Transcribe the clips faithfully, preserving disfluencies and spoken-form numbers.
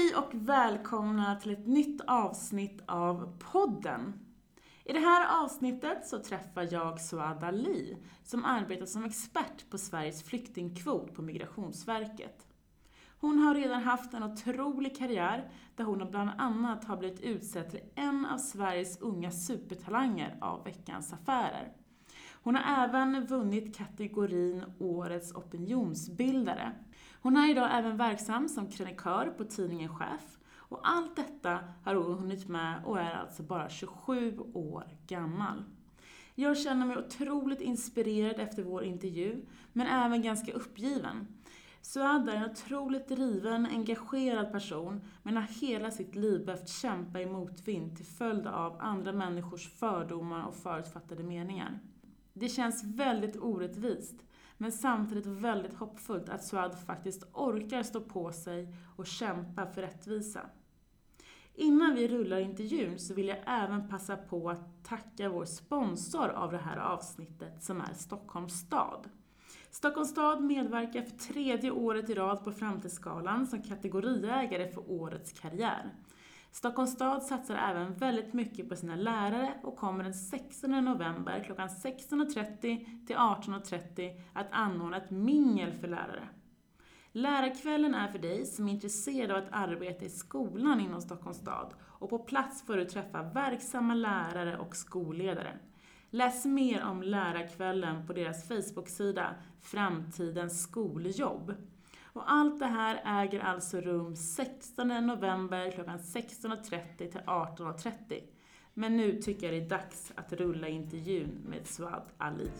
Hej och välkomna till ett nytt avsnitt av podden. I det här avsnittet så träffar jag Suad Ali som arbetar som expert på Sveriges flyktingkvot på Migrationsverket. Hon har redan haft en otrolig karriär där hon bland annat har blivit utsedd till en av Sveriges unga supertalanger av Veckans Affärer. Hon har även vunnit kategorin Årets opinionsbildare. Hon är idag även verksam som krönikör på tidningen Chef. Och allt detta har hon hunnit med och är alltså bara tjugosju år gammal. Jag känner mig otroligt inspirerad efter vår intervju, men även ganska uppgiven. Suad är en otroligt driven, engagerad person, men har hela sitt liv behövt kämpa i motvind till följd av andra människors fördomar och förutfattade meningar. Det känns väldigt orättvist, men samtidigt väldigt hoppfullt att Suad faktiskt orkar stå på sig och kämpa för rättvisa. Innan vi rullar intervjun så vill jag även passa på att tacka vår sponsor av det här avsnittet som är Stockholms stad. Stockholms stad medverkar för tredje året i rad på Framtidsskalan som kategoriägare för årets karriär. Stockholms stad satsar även väldigt mycket på sina lärare och kommer den sextonde november klockan sexton och trettio till arton och trettio att anordna ett mingel för lärare. Lärarkvällen är för dig som är intresserad av att arbeta i skolan inom Stockholms stad och på plats får du träffa verksamma lärare och skolledare. Läs mer om lärarkvällen på deras Facebook-sida Framtidens skoljobb. Och allt det här äger alltså rum sextonde november klockan sexton och trettio till arton och trettio. Men nu tycker jag det är dags att rulla intervjun med Suad Ali.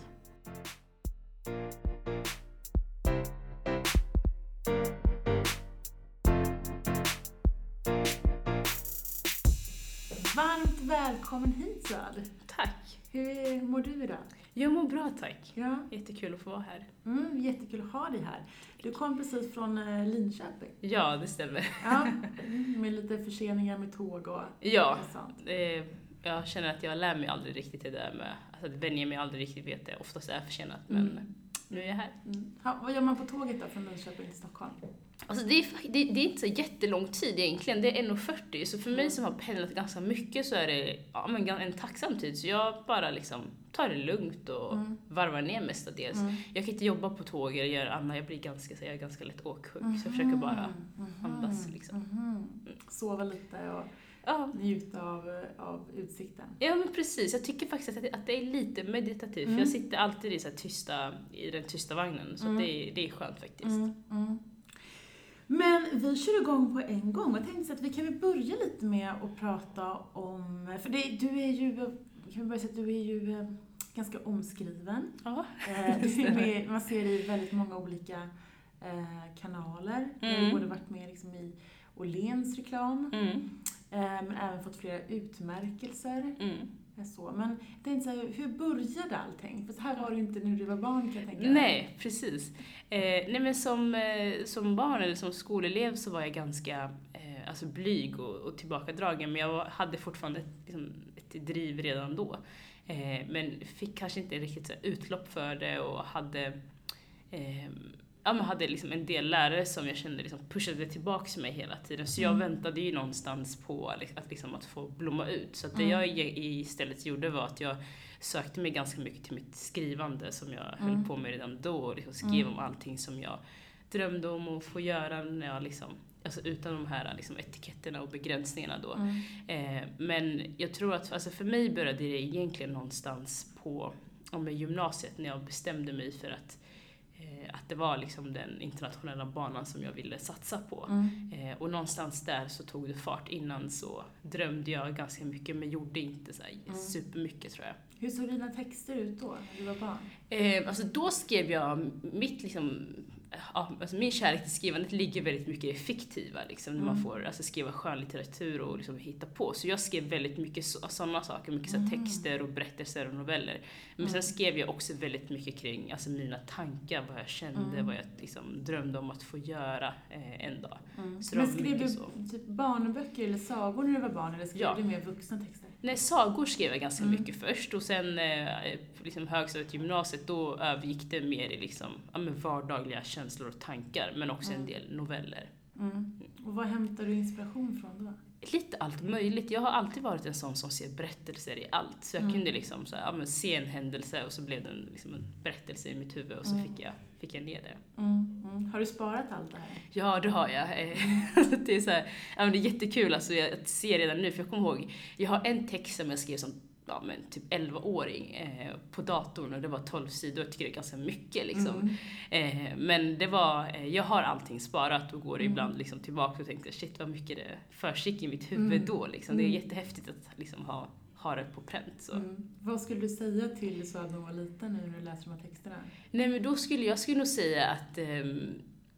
Varmt välkommen hit, Suad. Tack. Hur mår du idag? Jag mår bra, tack. Ja. Jättekul att få vara här. Mm, jättekul att ha dig här. Du kom precis från eh, Linköping. Ja, det stämmer. Ja, med lite förseningar med tåg och, ja, och sånt. Eh, jag känner att jag lär mig aldrig riktigt det där med, alltså att vänja mig aldrig riktigt vet det. Oftast är försenat, men Mm. nu är jag här. Mm. Ha, vad gör man på tåget då från Linköping till Stockholm? Alltså det är, det, det är inte så jättelång tid egentligen, det är en fyrtio, så för mig som har pendlat ganska mycket så är det ja, men en tacksam tid. Så jag bara liksom tar det lugnt och mm. varvar ner mestadels. Mm. Jag kan inte jobba på tåg eller göra annat, jag blir ganska, så jag är ganska lätt åksjuk. Mm. Så jag försöker bara mm. andas liksom. Mm. Mm. Sova lite och ja. njuta av, av utsikten. Ja, men precis. Jag tycker faktiskt att det, att det är lite meditativt. Mm. För jag sitter alltid i, så här tysta, i den tysta vagnen, så mm. det, är, det är skönt faktiskt. Mm. Mm. Men vi kör igång på en gång. Jag tänkte att vi kan väl börja lite med att prata om... För det, du är ju... Kan vi börja säga att du är ju ganska omskriven. Ja, du är med, man ser i väldigt många olika eh, kanaler. Mm. Du har både varit med liksom i Åhléns reklam. Mm. Eh, men även fått flera utmärkelser. Mm. Så. Men jag tänkte så här, hur började allting? För så här var det inte när du var barn, kan jag tänka. Nej, precis. Eh, nej men som, eh, som barn eller som skolelev så var jag ganska eh, alltså blyg och, och tillbakadragen. Men jag var, hade fortfarande liksom, ett driv redan då. Eh, men fick kanske inte riktigt så här, utlopp för det och hade... Eh, Ja, man hade liksom en del lärare som jag kände liksom pushade tillbaka mig hela tiden. Så jag mm. väntade ju någonstans på att, liksom, att få blomma ut. Så att det mm. jag istället gjorde var att jag sökte mig ganska mycket till mitt skrivande som jag mm. höll på med redan då. Och liksom skrev mm. om allting som jag drömde om att få göra när jag liksom, alltså utan de här liksom, etiketterna och begränsningarna då. Mm. Eh, men jag tror att alltså för mig började det egentligen någonstans på om gymnasiet när jag bestämde mig för att att det var liksom den internationella banan som jag ville satsa på. Mm. Eh, och någonstans där så tog det fart. Innan så drömde jag ganska mycket men gjorde inte så här mm. supermycket, tror jag. Hur såg dina texter ut då när du var barn? Eh, alltså då skrev jag mitt liksom... Ja, alltså min kärlek till skrivandet ligger väldigt mycket i fiktiva liksom, när mm. man får alltså, skriva skönlitteratur och liksom, hitta på. Så jag skrev väldigt mycket sådana saker, mycket mm. så texter och berättelser och noveller. Men mm. sen skrev jag också väldigt mycket kring alltså, mina tankar, vad jag kände, mm. vad jag liksom, drömde om att få göra eh, en dag. Mm. Så men skrev du så. Typ barnböcker eller sagor när du var barn, eller skrev ja. du mer vuxna texter? Nej, sagor skrev jag ganska mm. mycket först och sen eh, liksom högstadiet, gymnasiet, då övergick det mer i liksom, ja, men vardagliga känslor och tankar, men också mm. en del noveller. Mm. Och vad hämtar du inspiration från då? Lite allt möjligt. Jag har alltid varit en sån som ser berättelser i allt. Så jag mm. kunde liksom så här, ja, men se en händelse och så blev det en, liksom en berättelse i mitt huvud och så mm. fick, jag, fick jag ner det. Mm. Mm. Har du sparat allt det här? Ja, det har jag. Det är så här, ja, men det är jättekul alltså, jag ser redan nu, för jag kommer ihåg, jag har en text som jag skrev som ja, men typ elva-åring eh, på datorn och det var tolv sidor. Jag tycker det är ganska mycket liksom. Mm. Eh, men det var, eh, jag har allting sparat och går mm. ibland liksom tillbaka och tänkte shit vad mycket det försiggick i mitt huvud mm. då liksom. Det är jättehäftigt att liksom ha, ha det på pränt så. Mm. Vad skulle du säga till så att de var liten nu när du läser de här texterna? Nej men då skulle jag skulle nog säga att ehm,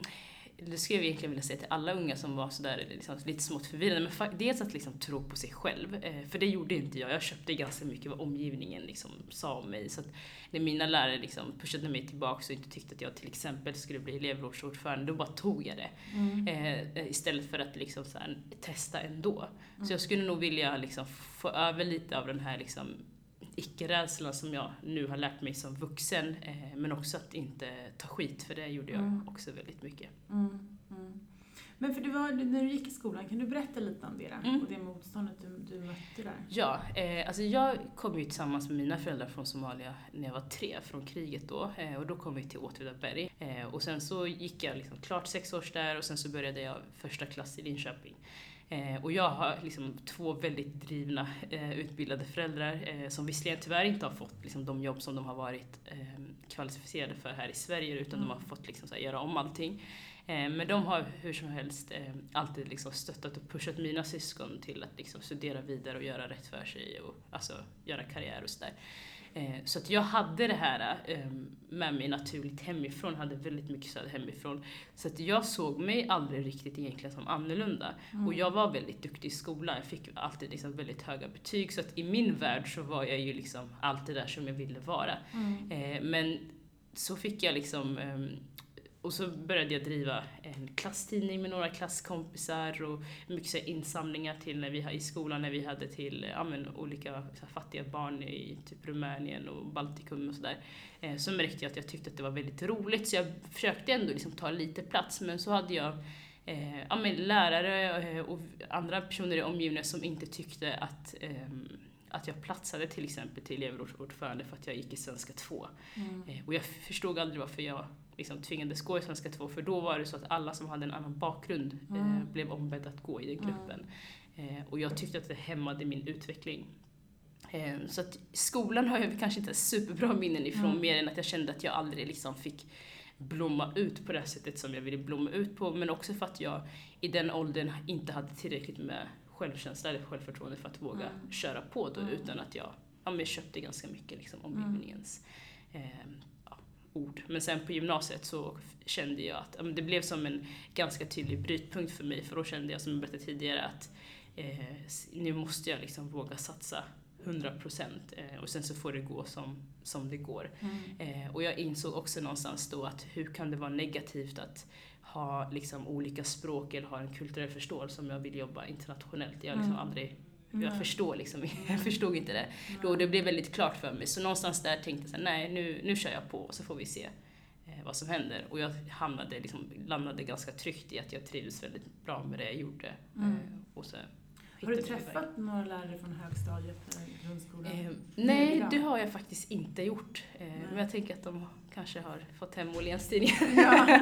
det skulle jag egentligen vilja säga till alla unga som var sådär liksom, lite smått förvirrade. Men dels att liksom, tro på sig själv. Eh, för det gjorde inte jag. Jag köpte ganska mycket vad omgivningen liksom, sa om mig. Så att när mina lärare liksom, pushade mig tillbaka och inte tyckte att jag till exempel skulle bli elevrådsordförande, då bara tog jag det. Mm. Eh, istället för att liksom, såhär, testa ändå. Mm. Så jag skulle nog vilja liksom, få över lite av den här liksom, icke-rädslan som jag nu har lärt mig som vuxen, eh, men också att inte ta skit, för det gjorde jag mm. också väldigt mycket. Mm. Mm. Men för du var, när du gick i skolan, kan du berätta lite om det mm. och det motståndet du, du mötte där? Ja, eh, alltså jag kom ju tillsammans med mina föräldrar från Somalia när jag var tre, från kriget då, eh, och då kom vi till Åtvidaberg. Eh, och sen så gick jag liksom klart sex år där och sen så började jag första klass i Linköping. Eh, och jag har liksom två väldigt drivna eh, utbildade föräldrar eh, som visserligen tyvärr inte har fått liksom, de jobb som de har varit eh, kvalificerade för här i Sverige, utan mm. de har fått liksom, så här, göra om allting. Eh, men de har hur som helst eh, alltid liksom, stöttat och pushat mina syskon till att liksom, studera vidare och göra rätt för sig och alltså, göra karriär och sådär. Eh, så att jag hade det här eh, med mig naturligt hemifrån, hade väldigt mycket stöd hemifrån. Så att jag såg mig aldrig riktigt egentligen som annorlunda. Mm. Och jag var väldigt duktig i skolan, jag fick alltid liksom väldigt höga betyg. Så att i min värld så var jag ju liksom allt det där som jag ville vara. Mm. Eh, men så fick jag liksom... Eh, Och så började jag driva en klasstidning med några klasskompisar och mycket så här, insamlingar till när vi i skolan när vi hade till ja, men, olika så här, fattiga barn i typ Rumänien och Baltikum och sådär. Eh, så märkte jag att jag tyckte att det var väldigt roligt, så jag försökte ändå liksom, ta lite plats, men så hade jag eh, ja, men, lärare och andra personer i omgivningen som inte tyckte att eh, att jag platsade till exempel till elevrådsordförande för att jag gick i svenska två. Mm. Eh, och jag förstod aldrig varför jag liksom tvingades gå i svenska två, för då var det så att alla som hade en annan bakgrund mm. eh, blev ombedda att gå i den gruppen. Mm. Eh, och jag tyckte att det hämmade min utveckling. Eh, så att skolan har jag kanske inte superbra minnen ifrån, mm. mer än att jag kände att jag aldrig liksom fick blomma ut på det sättet som jag ville blomma ut på, men också för att jag i den åldern inte hade tillräckligt med självkänsla eller självförtroende för att våga mm. köra på då, mm. utan att jag, ja, men jag köpte ganska mycket liksom, omgivningens mm. eh, ja, ord. Men sen på gymnasiet så kände jag att ja, men det blev som en ganska tydlig brytpunkt för mig, för då kände jag, som jag berättade tidigare, att eh, nu måste jag liksom våga satsa hundra procent eh, och sen så får det gå som, som det går. Mm. Eh, och jag insåg också någonstans då att hur kan det vara negativt att ha liksom olika språk eller ha en kulturell förståelse om jag vill jobba internationellt. Jag liksom mm. aldrig, jag mm. förstår liksom, jag förstod inte det. Mm. Då det blev väldigt klart för mig. Så någonstans där tänkte jag så här, nej nu, nu kör jag på och så får vi se eh, vad som händer. Och jag hamnade liksom, landade ganska tryggt i att jag trivdes väldigt bra med det jag gjorde. Mm. Eh, och så har du träffat några lärare från högstadiet eller grundskolan? Eh, nej, det har jag faktiskt inte gjort. Eh, men jag tänker att de kanske har fått hem Åhléns tidningar. Ja.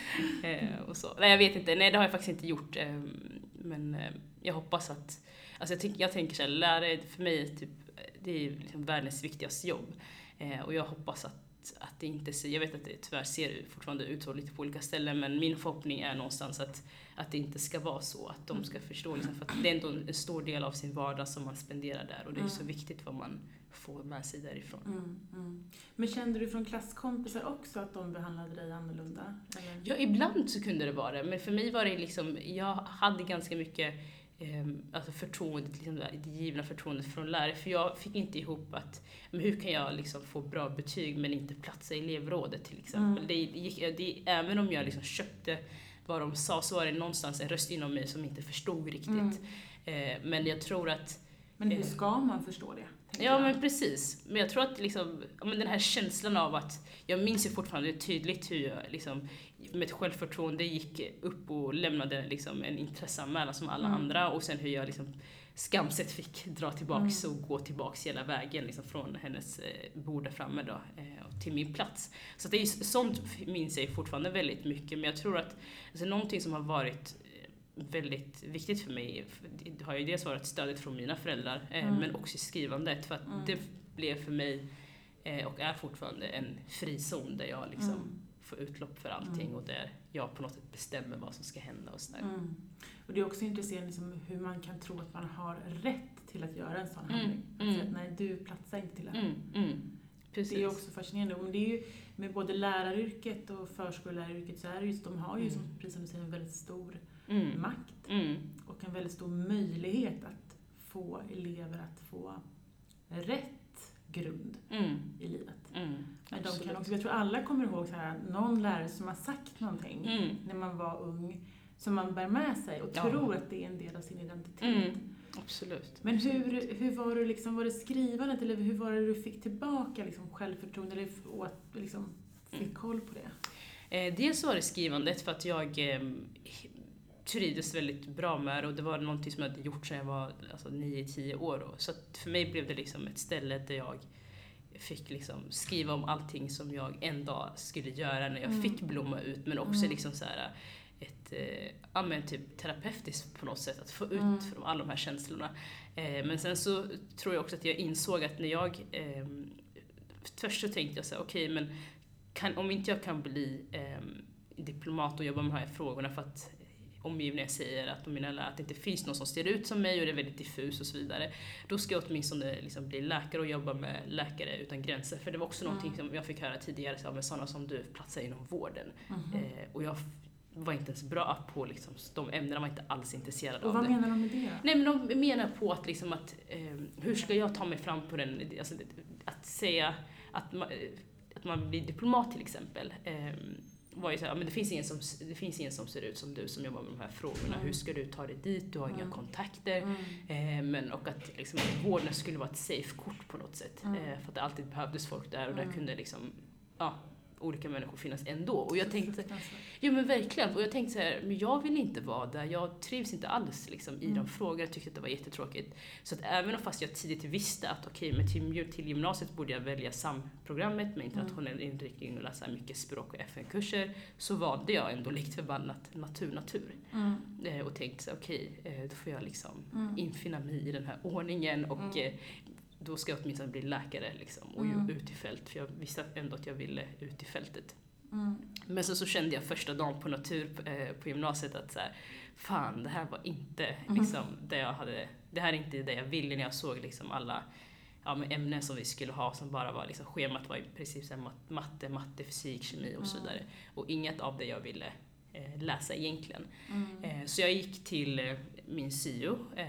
eh, och så. Nej, jag vet inte. Nej, det har jag faktiskt inte gjort. Eh, men eh, jag hoppas att... Alltså jag, tänk, jag tänker så här, lärare för mig typ, det är liksom världens viktigaste jobb. Eh, och jag hoppas att, att det inte ser... Jag vet att det tyvärr ser fortfarande ut så lite på olika ställen, men min förhoppning är någonstans att att det inte ska vara så, att de ska förstå liksom, för att det är ändå en stor del av sin vardag som man spenderar där, och det är mm. så viktigt vad man får med sig därifrån. Mm, mm. Men kände du från klasskompisar också att de behandlade dig annorlunda? Eller? Ja, ibland så kunde det vara det, men för mig var det liksom, jag hade ganska mycket eh, alltså förtroendet, liksom det givna förtroendet från lärare, för jag fick inte ihop att, men hur kan jag liksom få bra betyg men inte platsa i elevrådet till exempel. Mm. Det gick, det, även om jag liksom köpte vad de sa, så var det någonstans en röst inom mig som inte förstod riktigt. Mm. Eh, men jag tror att... Men hur ska man förstå det? Ja, jag. men precis. Men jag tror att liksom, ja, men den här känslan av att, jag minns ju fortfarande tydligt hur jag liksom, med ett självförtroende gick upp och lämnade liksom en intresseanmälan som alla mm. andra, och sen hur jag liksom skamset fick dra tillbaks mm. och gå tillbaks hela vägen liksom, från hennes eh, bord där framme då, eh, till min plats. Så det är, sånt minns jag fortfarande väldigt mycket, men jag tror att alltså, någonting som har varit väldigt viktigt för mig det har ju dels varit stödet från mina föräldrar eh, mm. men också skrivandet, för att mm. det blev för mig eh, och är fortfarande en frizon där jag liksom mm. får utlopp för allting mm. och där jag på något sätt bestämmer vad som ska hända och sådär. Mm. Och det är också intressant liksom, hur man kan tro att man har rätt till att göra en sån mm. handling. Alltså mm. att nej, du platsar inte till det här. Mm. Mm. Precis. Det är också fascinerande. Och det är ju med både läraryrket och förskolläraryrket så är det just, de har ju mm. som, precis som du säger, en väldigt stor mm. makt mm. och en väldigt stor möjlighet att få elever att få rätt grund mm. i livet. Mm. Men de kan också, jag tror alla kommer ihåg så här, någon lärare som har sagt någonting mm. när man var ung som man bär med sig och ja. tror att det är en del av sin identitet. Mm. Absolut. Men hur, hur var det liksom, var det skrivandet eller hur var det du fick tillbaka liksom självförtroende eller åt, liksom, fick mm. koll på det? Eh, dels var det skrivandet för att jag eh, trivdes väldigt bra med det, och det var någonting som jag hade gjort sedan jag var alltså, nio tio år. Då. Så att för mig blev det liksom ett ställe där jag fick liksom skriva om allting som jag en dag skulle göra när jag mm. fick blomma ut, men också mm. liksom så här ett eh, ja, men typ terapeutiskt på något sätt att få ut mm. från alla de här känslorna. Eh, men sen så tror jag också att jag insåg att när jag eh, först så tänkte jag så här, okej, okay, men kan, om inte jag kan bli eh, diplomat och jobba med de här frågorna för att omgivningen säger att, mina lärare, att det inte finns någon som ser ut som mig och det är väldigt diffus och så vidare, då ska jag åtminstone liksom bli läkare och jobba med Läkare utan gränser. För det var också mm. någonting som jag fick höra tidigare, så, med sådana som du platsar inom vården. Mm. Eh, och jag var inte ens bra på liksom, de ämnena, var inte alls intresserad av det. Och vad menar de med det? Nej, men de menar på att, liksom, att eh, hur ska jag ta mig fram på den, alltså, att säga att man, att man blir diplomat till exempel. Eh, var ju så här, men det finns ingen som det finns ingen som ser ut som du som jobbar med de här frågorna. Mm. Hur ska du ta dig dit? Du har mm. inga kontakter. Mm. Eh, men och att liksom att vården skulle vara ett safe kort på något sätt. Mm. Eh, för att det alltid behövdes folk där och mm. där kunde liksom ja, olika människor finnas ändå. Och jag tänkte, jo men verkligen, och jag tänkte så här, men jag vill inte vara där, jag trivs inte alls liksom, i mm. de frågorna, jag tyckte att det var jättetråkigt. Så att även om fast jag tidigt visste att okej, okay, men till, till gymnasiet borde jag välja S A M-programmet med internationell mm. inriktning och läsa mycket språk och F N-kurser, så valde jag ändå likt förbannat natur, natur. Mm. Eh, och tänkte så okej, okay, eh, då får jag liksom mm. infinna mig i den här ordningen och mm. eh, då ska jag åtminstone bli läkare liksom, och mm. ut i fält, för jag visste ändå att jag ville ut i fältet. Mm. Men så, så kände jag första dagen på natur eh, på gymnasiet att så här, fan, det här var inte mm. liksom, det jag hade, det här är inte det jag ville, när jag såg liksom alla ja, med ämnen som vi skulle ha som bara var liksom, schemat var i princip så här, matte, matte, fysik, kemi och så vidare. Mm. Och inget av det jag ville eh, läsa egentligen. Mm. Eh, så jag gick till eh, min syo eh,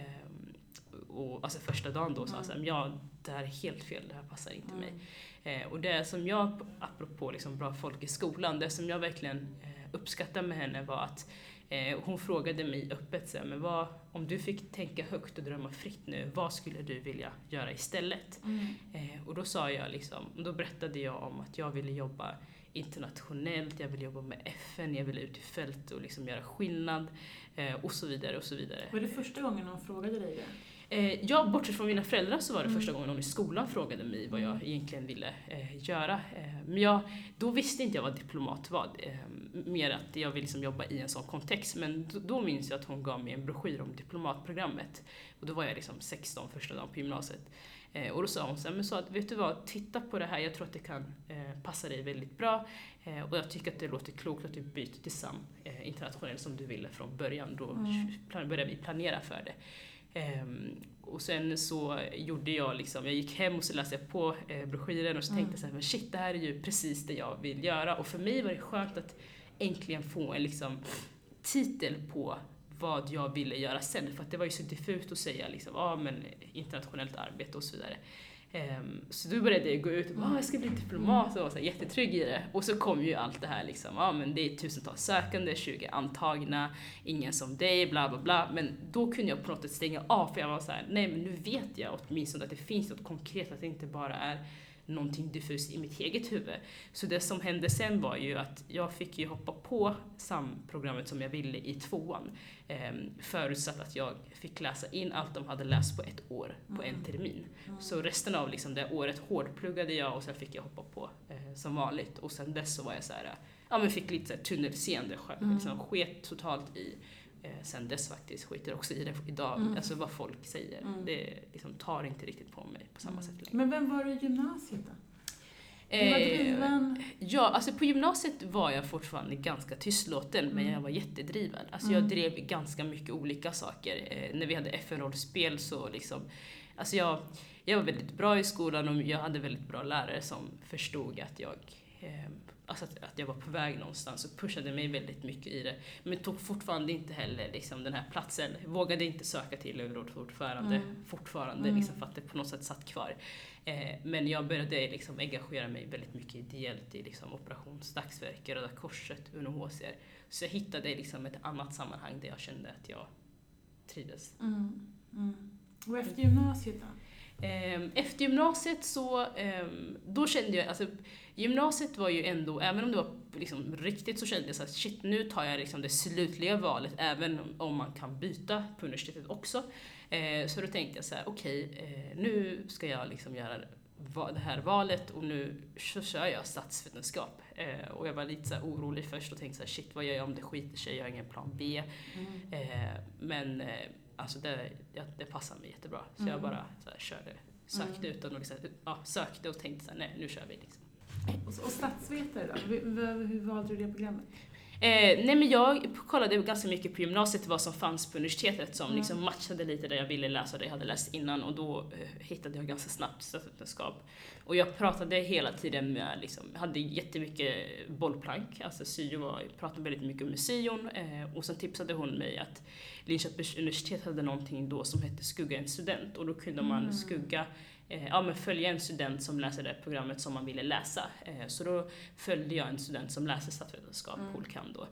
och alltså första dagen då sa jag mm. ja, det här är helt fel, det här passar inte mm. mig. Eh, och det som jag, apropå liksom bra folk i skolan, det som jag verkligen eh, uppskattade med henne var att eh, hon frågade mig öppet så här, men vad, om du fick tänka högt och drömma fritt nu, vad skulle du vilja göra istället? Mm. Eh, och då sa jag liksom, då berättade jag om att jag ville jobba internationellt, jag ville jobba med F N, jag ville ut i fält och liksom göra skillnad eh, och så vidare och så vidare. Var det första gången någon frågade dig det? Eh, ja, bortsett från mina föräldrar så var det mm. första gången någon i skolan frågade mig vad jag egentligen ville eh, göra. Eh, men jag, då visste inte jag vad diplomat var. Eh, mer att jag ville liksom jobba i en sån kontext. Men då, då minns jag att hon gav mig en broschyr om diplomatprogrammet. Och då var jag liksom sexton första dagen på gymnasiet. Eh, och då sa hon så här, men så att, vet du vad, titta på det här, jag tror att det kan eh, passa dig väldigt bra. Eh, och jag tycker att det låter klokt att du byter till S A M eh, internationellt som du ville från början. Då mm. började vi planera för det. Um, och sen så gjorde jag liksom, jag gick hem och så läste jag på eh, broschyren och så tänkte jag så här, men shit, det här är ju precis det jag vill göra. Och för mig var det skönt att äntligen få en liksom titel på vad jag ville göra sen, för att det var ju så diffust att säga liksom, ja men internationellt arbete och så vidare. Um, så då började jag gå ut och bara, ah, jag ska bli diplomat och var så här, jättetrygg i det. Och så kom ju allt det här liksom, ja ah, men det är tusentals sökande, tjugo antagna, ingen som dig, bla bla bla. Men då kunde jag på något sätt stänga av, för jag var så här, nej men nu vet jag åtminstone att det finns något konkret, att det inte bara är någonting diffust i mitt eget huvud. Så det som hände sen var ju att jag fick ju hoppa på samprogrammet som jag ville i tvåan. Eh, förutsatt att jag fick läsa in allt de hade läst på ett år, på en termin. Mm. Så resten av liksom det året hårdpluggade jag och sen fick jag hoppa på eh, som vanligt. Och sen dess så var jag så här, ja men fick lite så här tunnelseende, mm. liksom sket totalt i. Eh, sen dess faktiskt skiter också i det idag, mm. alltså vad folk säger. Mm. Det liksom tar inte riktigt på mig på samma mm. sätt längre. Men vem var du i gymnasiet då? Du var driven? Ja, alltså på gymnasiet var jag fortfarande ganska tystlåten, mm. men jag var jättedriven. Alltså mm. jag drev ganska mycket olika saker. Eh, när vi hade F N-rollspel så liksom, alltså jag, jag var väldigt bra i skolan och jag hade väldigt bra lärare som förstod att jag eh, Alltså att, att jag var på väg någonstans och pushade mig väldigt mycket i det. Men tog fortfarande inte heller liksom, den här platsen. Vågade inte söka till överrådsordförande mm. fortfarande, mm. liksom, för att det på något sätt satt kvar. Eh, men jag började liksom, engagera mig väldigt mycket ideellt i liksom, operationsdagsverk, Röda Korset, U N H C R. Så jag hittade liksom, ett annat sammanhang där jag kände att jag trivdes. Mm. Mm. Och efter gymnasiet då? Efter gymnasiet så, då kände jag, alltså gymnasiet var ju ändå, även om det var liksom riktigt, så kände jag så att shit, nu tar jag liksom det slutliga valet, även om man kan byta på universitetet också. Så då tänkte jag så här, okej, okay, nu ska jag liksom göra det här valet och nu så kör jag statsvetenskap. Och jag var lite så här orolig först och tänkte så här, shit, vad gör jag om det skiter sig, jag har ingen plan B. Mm. Men alltså det, det passade mig jättebra. Så mm. jag bara så här, körde, sökte mm. utan och liksom, ja, sökte och tänkte så här, nej, nu kör vi liksom. Och, och statsvetare då? Hur, hur valde du det programmet? Eh, nej men jag kollade ganska mycket på gymnasiet vad som fanns på universitetet som mm. liksom matchade lite det jag ville läsa, det jag hade läst innan, och då eh, hittade jag ganska snabbt statsvetenskap. Och jag pratade hela tiden med, liksom, hade jättemycket bollplank, alltså syo var, jag pratade väldigt mycket med syon, eh, och sen tipsade hon mig att Linköpings universitet hade någonting då som hette Skugga en student, och då kunde man mm. skugga Ja, men följa en student som läser det programmet som man ville läsa. Så då följde jag en student som läser statsvetenskap mm. på Olkam då.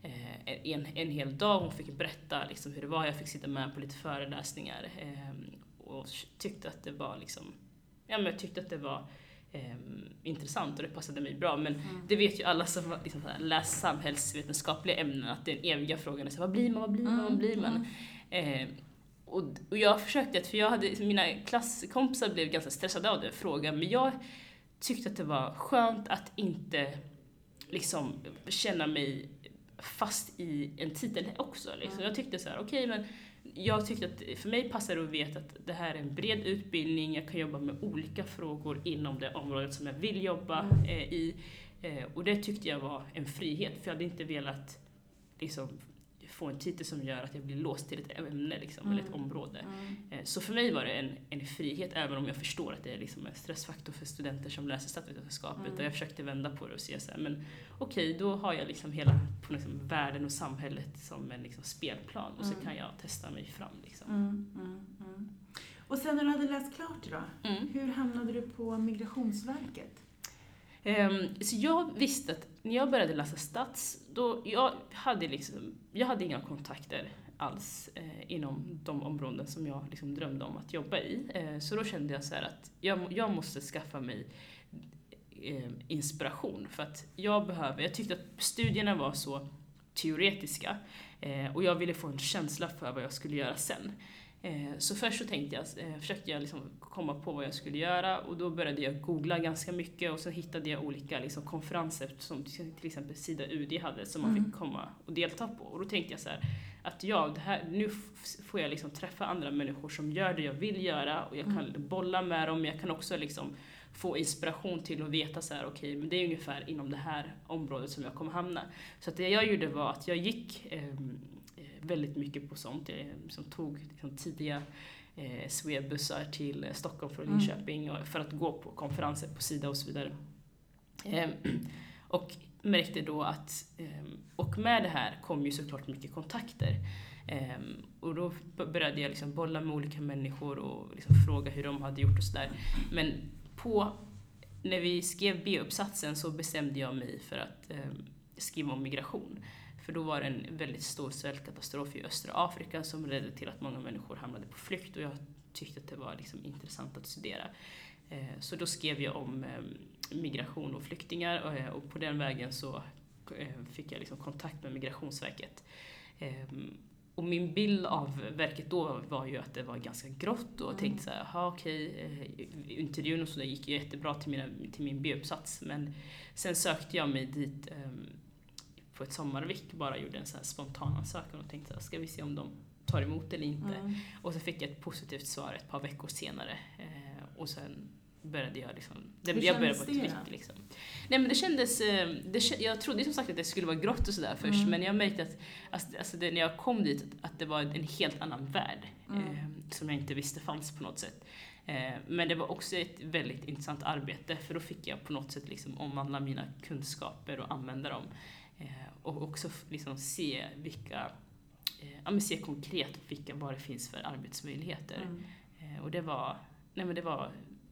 En, en hel dag, hon fick berätta liksom hur det var, jag fick sitta med på lite föreläsningar och tyckte att det var liksom, ja men jag tyckte att det var eh, intressant och det passade mig bra, men mm. det vet ju alla som liksom, läser samhällsvetenskapliga ämnen att den eviga frågan är så, vad blir man, vad blir man, vad blir man? Mm. Eh, Och, och jag försökte, för jag hade, mina klasskompisar blev ganska stressade av den frågan, men jag tyckte att det var skönt att inte liksom känna mig fast i en titel också. Liksom. Mm. Jag tyckte så här, okej, okay, men jag tyckte att för mig passar det att veta att det här är en bred utbildning, jag kan jobba med olika frågor inom det området som jag vill jobba mm. eh, i. Eh, och det tyckte jag var en frihet, för jag hade inte velat liksom få en titel som gör att jag blir låst till ett ämne liksom, mm. eller ett område. Mm. Så för mig var det en, en frihet, även om jag förstår att det är liksom en stressfaktor för studenter som läser statsvetenskap. Mm. Utan jag försökte vända på det och se så här, men okej, okay, då har jag liksom hela på liksom världen och samhället som en liksom spelplan, och så mm. kan jag testa mig fram. Liksom. Mm. Mm. Mm. Och sen när du hade läst klart då, mm. hur hamnade du på Migrationsverket? Um, så jag visste att när jag började läsa stats, då jag hade liksom, jag hade inga kontakter alls eh, inom de områden som jag liksom drömde om att jobba i. Eh, så då kände jag så här att jag, jag måste skaffa mig eh, inspiration, för att jag behöver, jag tyckte att studierna var så teoretiska eh, och jag ville få en känsla för vad jag skulle göra sen. Så först så tänkte jag, eh, försökte jag liksom komma på vad jag skulle göra, och då började jag googla ganska mycket, och så hittade jag olika liksom konferenser som till exempel Sida U D hade som man mm. fick komma och delta på. Och då tänkte jag så här, att ja, det här, nu får jag liksom träffa andra människor som gör det jag vill göra, och jag kan mm. bolla med dem, jag kan också liksom få inspiration till att veta så här, okej, okay, men det är ungefär inom det här området som jag kommer hamna. Så att det jag gjorde var att jag gick eh, väldigt mycket på sånt. Jag som tog liksom, tidiga eh, Swebussar till eh, Stockholm från Linköping mm. för att gå på konferenser på Sida och så vidare. Eh, och märkte då att, eh, och med det här kom ju såklart mycket kontakter. Um, och då började jag liksom bolla med olika människor och liksom fråga hur de hade gjort och sådär. Men på, när vi skrev B-uppsatsen så bestämde jag mig för att um, skriva om migration. För då var det en väldigt stor svältkatastrof i östra Afrika som ledde till att många människor hamnade på flykt, och jag tyckte att det var liksom intressant att studera. Uh, så då skrev jag om um, migration och flyktingar, och, och på den vägen så uh, fick jag liksom kontakt med Migrationsverket. Um, Och min bild av verket då var ju att det var ganska grått, och jag tänkte så här, ja okej, eh, intervjun och så där gick ju jättebra till, mina, till min B-uppsats, men sen sökte jag mig dit eh, på ett sommarvik, bara gjorde en så här spontan ansökan och tänkte så här, ska vi se om de tar emot eller inte. Mm. Och så fick jag ett positivt svar ett par veckor senare, eh, och sen började jag liksom, det, jag började på ett vik liksom. Nej men det kändes, det, jag trodde som sagt att det skulle vara grått och sådär först, mm. men jag märkte att alltså, alltså det, när jag kom dit att det var en helt annan värld mm. eh, som jag inte visste fanns på något sätt. Eh, men det var också ett väldigt intressant arbete, för då fick jag på något sätt liksom omvandla mina kunskaper och använda dem. Eh, och också liksom se vilka, eh, ja men se konkret vilka, vad det finns för arbetsmöjligheter. Mm. Eh, och det var, nej men det var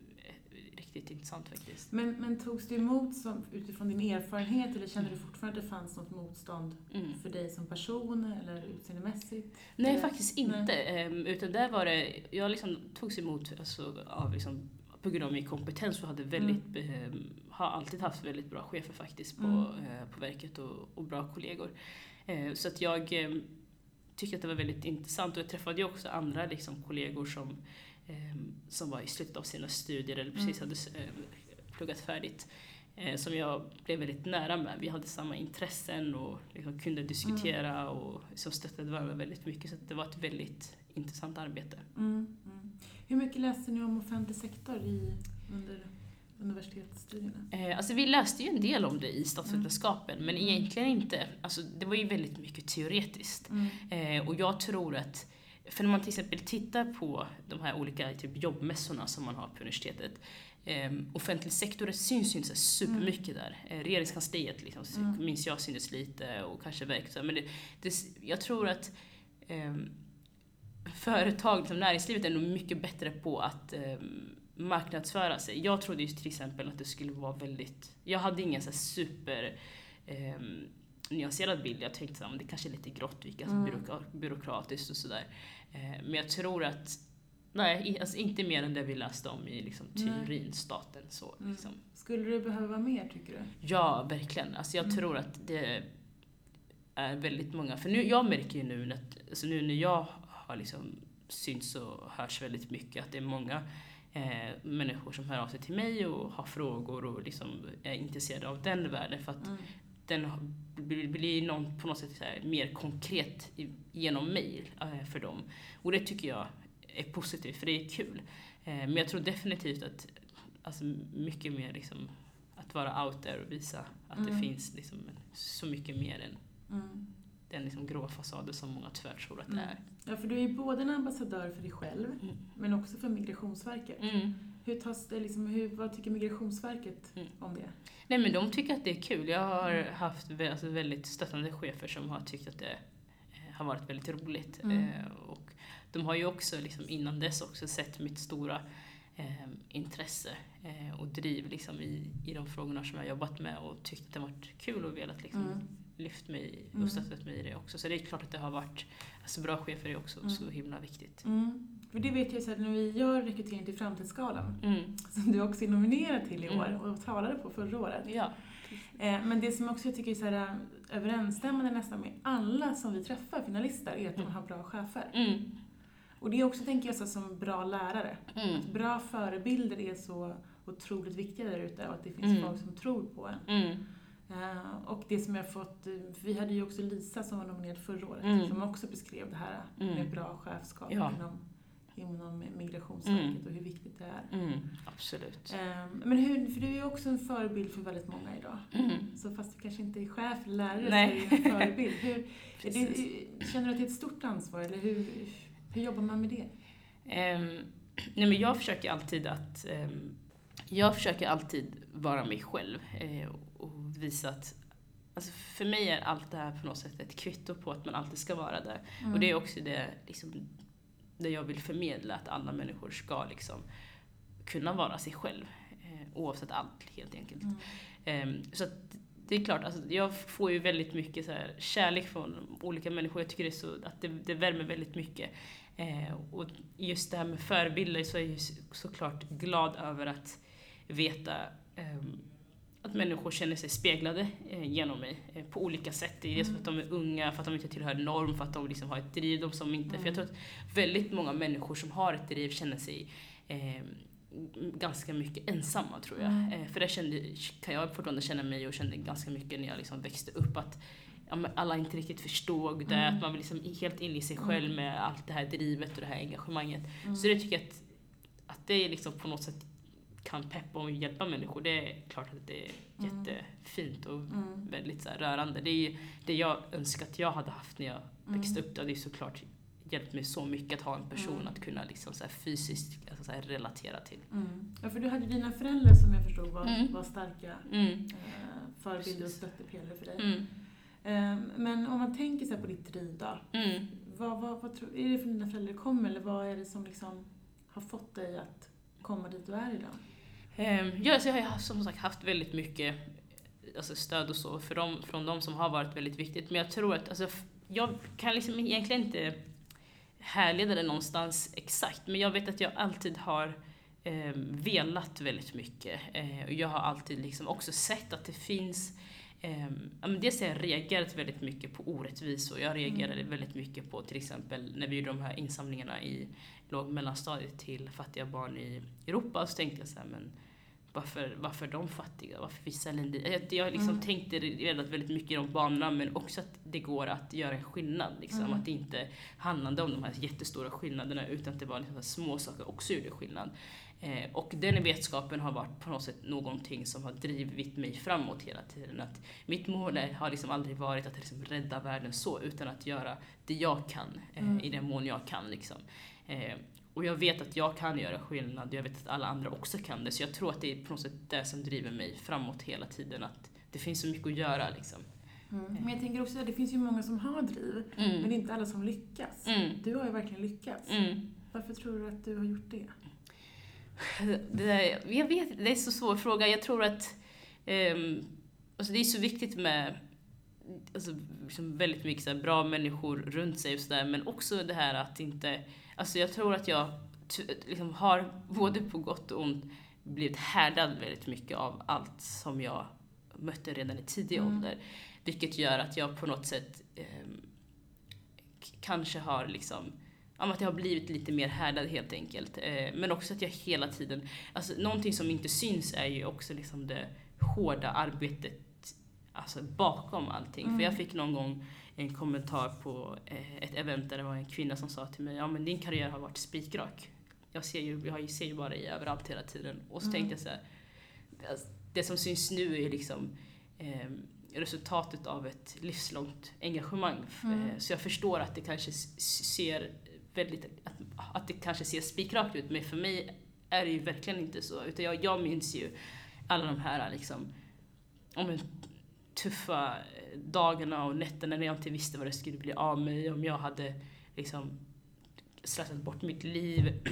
riktigt intressant faktiskt. Men, men togs du emot som, utifrån din erfarenhet, eller kände du fortfarande att det fanns något motstånd mm. för dig som person eller utseendemässigt? Nej, eller? Faktiskt inte. Nej. Utan där var det, jag liksom togs emot alltså, av liksom, på grund av min kompetens, och hade väldigt, mm. eh, har alltid haft väldigt bra chefer faktiskt på, mm. eh, på verket, och, och bra kollegor. Eh, så att jag eh, tyckte att det var väldigt intressant, och jag träffade ju också andra liksom, kollegor som som var i slutet av sina studier eller precis hade pluggat färdigt, som jag blev väldigt nära med. Vi hade samma intressen och liksom kunde diskutera mm. och så stöttade varandra väldigt mycket, så det var ett väldigt intressant arbete. Mm. Mm. Hur mycket läste ni om offentlig sektor i, under universitetsstudierna? Eh, alltså vi läste ju en del om det i statsvetenskapen, mm. men egentligen inte, alltså det var ju väldigt mycket teoretiskt. Mm. Eh, och jag tror att för när man till exempel tittar på de här olika typ jobbmässorna som man har på universitetet, eh, offentlig sektor syns ju inte så supermycket mm. där. Eh, regeringskansliet liksom, mm. minns jag syns lite, och kanske verket. Men det, det, jag tror att eh, företag, liksom, näringslivet är nog mycket bättre på att eh, marknadsföra sig. Jag trodde ju till exempel att det skulle vara väldigt, jag hade ingen så här super eh, nyanserad bild. Jag tänkte att det kanske är lite grått, vilka mm. byråk- byråkratiskt och sådär. Eh, men jag tror att nej, alltså inte mer än det vi läste om i liksom, teorin, nej. Staten. Så, mm. liksom. Skulle det behöva mer, tycker du? Ja, verkligen. Alltså, jag mm. tror att det är väldigt många. För nu, jag märker ju nu, att, alltså, nu när jag har liksom, syns och hörs väldigt mycket, att det är många eh, människor som hör av sig till mig och har frågor och liksom, är intresserade av den världen. För att mm. den blir någon, på något sätt så här, mer konkret genom mejl eh, för dem. Och det tycker jag är positivt, för det är kul. Eh, men jag tror definitivt att alltså, mycket mer liksom, att vara out there och visa att mm. det finns liksom, så mycket mer än mm. den liksom, grå fasaden som många tyvärr tror att det mm. är. Ja, för du är ju både en ambassadör för dig själv mm. men också för Migrationsverket. Mm. Hur tas det, liksom, hur, vad tycker Migrationsverket mm. om det? Nej, men de tycker att det är kul. Jag har mm. haft alltså, väldigt stöttande chefer som har tyckt att det eh, har varit väldigt roligt. Mm. Eh, och de har ju också liksom, innan dess också sett mitt stora eh, intresse eh, och driv liksom, i, i de frågorna som jag har jobbat med, och tyckt att det har varit kul och velat liksom, mm. lyft mig och stöttat mig i det också. Så det är klart att det har varit, alltså, bra chefer är också mm. så himla viktigt. Mm. För det vet jag så att när vi gör rekrytering till Framtidsskalan, mm. som du också är nominerad till i år mm. och talade på förra året. Ja. Eh, men det som också jag tycker är så här, överensstämmande nästan med alla som vi träffar, finalister, är att mm. de har bra chefer. Mm. Och det är också, tänker jag, så som bra lärare. Mm. Att bra förebilder är så otroligt viktiga där ute, och att det finns mm. folk som tror på en. Mm. Uh, och det som jag har fått, för vi hade ju också Lisa som var nominerad förra året, mm. som också beskrev det här mm. med bra chefskap ja. inom, inom Migrationsverket mm. och hur viktigt det är. Mm. Absolut. Uh, men hur, för du är ju också en förebild för väldigt många idag. Mm. Så fast du kanske inte är chef eller lärare, nej. så är du en förebild. Hur, är det, känner du att det är ett stort ansvar, eller hur, hur jobbar man med det? Um, nej men jag försöker alltid att um, jag försöker alltid vara mig själv uh, och visa att alltså för mig är allt det här på något sätt ett kvitto på att man alltid ska vara där. Mm. Och det är också det, liksom, det jag vill förmedla, att alla människor ska liksom kunna vara sig själv. Eh, oavsett allt, helt enkelt. Mm. Eh, så att det är klart, alltså, jag får ju väldigt mycket så här, kärlek från olika människor. Jag tycker det är så, att det, det värmer väldigt mycket. Eh, och just det här med förebilder, så är jag ju såklart glad över att veta eh, att människor känner sig speglade eh, genom mig eh, på olika sätt. Det är dels för att de är unga, för att de inte tillhör norm, för att de liksom har ett driv, de som inte. Mm. För jag tror att väldigt många människor som har ett driv känner sig eh, ganska mycket ensamma, tror jag. Mm. Eh, för det kände, kan jag fortfarande känna mig, och kände ganska mycket när jag liksom växte upp, att ja, alla inte riktigt förstod det, mm. att man var liksom helt inne i sig själv med allt det här drivet och det här engagemanget. Mm. Så det tycker jag att, att det är liksom på något sätt kan peppa och hjälpa människor. Det är klart att det är mm. jättefint och mm. väldigt så här rörande. Det är ju det jag önskar att jag hade haft när jag växte mm. upp. Det är såklart hjälpt mig så mycket att ha en person mm. att kunna liksom så här fysiskt alltså så här relatera till. Mm. Ja, för du hade dina föräldrar som jag förstod var, mm. var starka mm. eh, förebilder och stöttepelare för dig. Mm. Eh, men om man tänker så här på ditt driv då, mm. vad, vad, vad tror, är det från dina föräldrar kommer, eller vad är det som liksom har fått dig att komma dit du är idag? Um, ja, så jag har som sagt haft väldigt mycket alltså stöd och så för dem, från de som har varit väldigt viktigt. Men jag tror att alltså, jag kan liksom egentligen inte härleda det någonstans exakt. Men jag vet att jag alltid har eh, velat väldigt mycket. Eh, och jag har alltid liksom också sett att det finns eh, dels har jag reagerat väldigt mycket på orättvisor. Jag reagerade mm. väldigt mycket på till exempel när vi gjorde de här insamlingarna i låg mellanstadiet till fattiga barn i Europa. Så tänkte jag så här, men varför, varför är de fattiga? Varför vissa länder? Jag, jag liksom mm. tänkte redan väldigt mycket i de banorna, men också att det går att göra en skillnad. Liksom. Mm. Att det inte handlade om de här jättestora skillnaderna, utan att det var liksom små saker också gjorde skillnad. Eh, och den vetskapen har varit på något sätt någonting som har drivit mig framåt hela tiden. Att mitt mål har liksom aldrig varit att liksom rädda världen så, utan att göra det jag kan eh, mm. i den mån jag kan. Liksom. Eh, och jag vet att jag kan göra skillnad, jag vet att alla andra också kan det. Så jag tror att det är på något sätt det som driver mig framåt hela tiden. Att det finns så mycket att göra. Liksom. Mm. Men jag tänker också att det finns ju många som har driv, mm. men det är inte alla som lyckas. Mm. Du har ju verkligen lyckats. Mm. Varför tror du att du har gjort det? Det där, jag vet, det är så svår fråga. Jag tror att um, alltså det är så viktigt med alltså, liksom väldigt mycket så här, bra människor runt sig och sådär, men också det här att inte, alltså jag tror att jag t- liksom har både på gott och ont blivit härdad väldigt mycket av allt som jag mötte redan i tidig mm. ålder, vilket gör att jag på något sätt um, k- kanske har liksom att jag har blivit lite mer härdad helt enkelt. Eh, men också att jag hela tiden, alltså någonting som inte syns är ju också liksom det hårda arbetet alltså bakom allting. Mm. För jag fick någon gång en kommentar på eh, ett event där det var en kvinna som sa till mig, ja men din karriär har varit spikrak. Jag ser ju, jag ser ju bara dig överallt hela tiden. Och så mm. tänkte jag så här, alltså, det som syns nu är liksom eh, resultatet av ett livslångt engagemang. Mm. Eh, så jag förstår att det kanske ser väldigt, att, att det kanske ser spikrakt ut, men för mig är det ju verkligen inte så, utan jag, jag minns ju alla de här liksom, om en tuffa dagarna och nätterna när jag inte visste vad det skulle bli av mig, om jag hade liksom slösat bort mitt liv,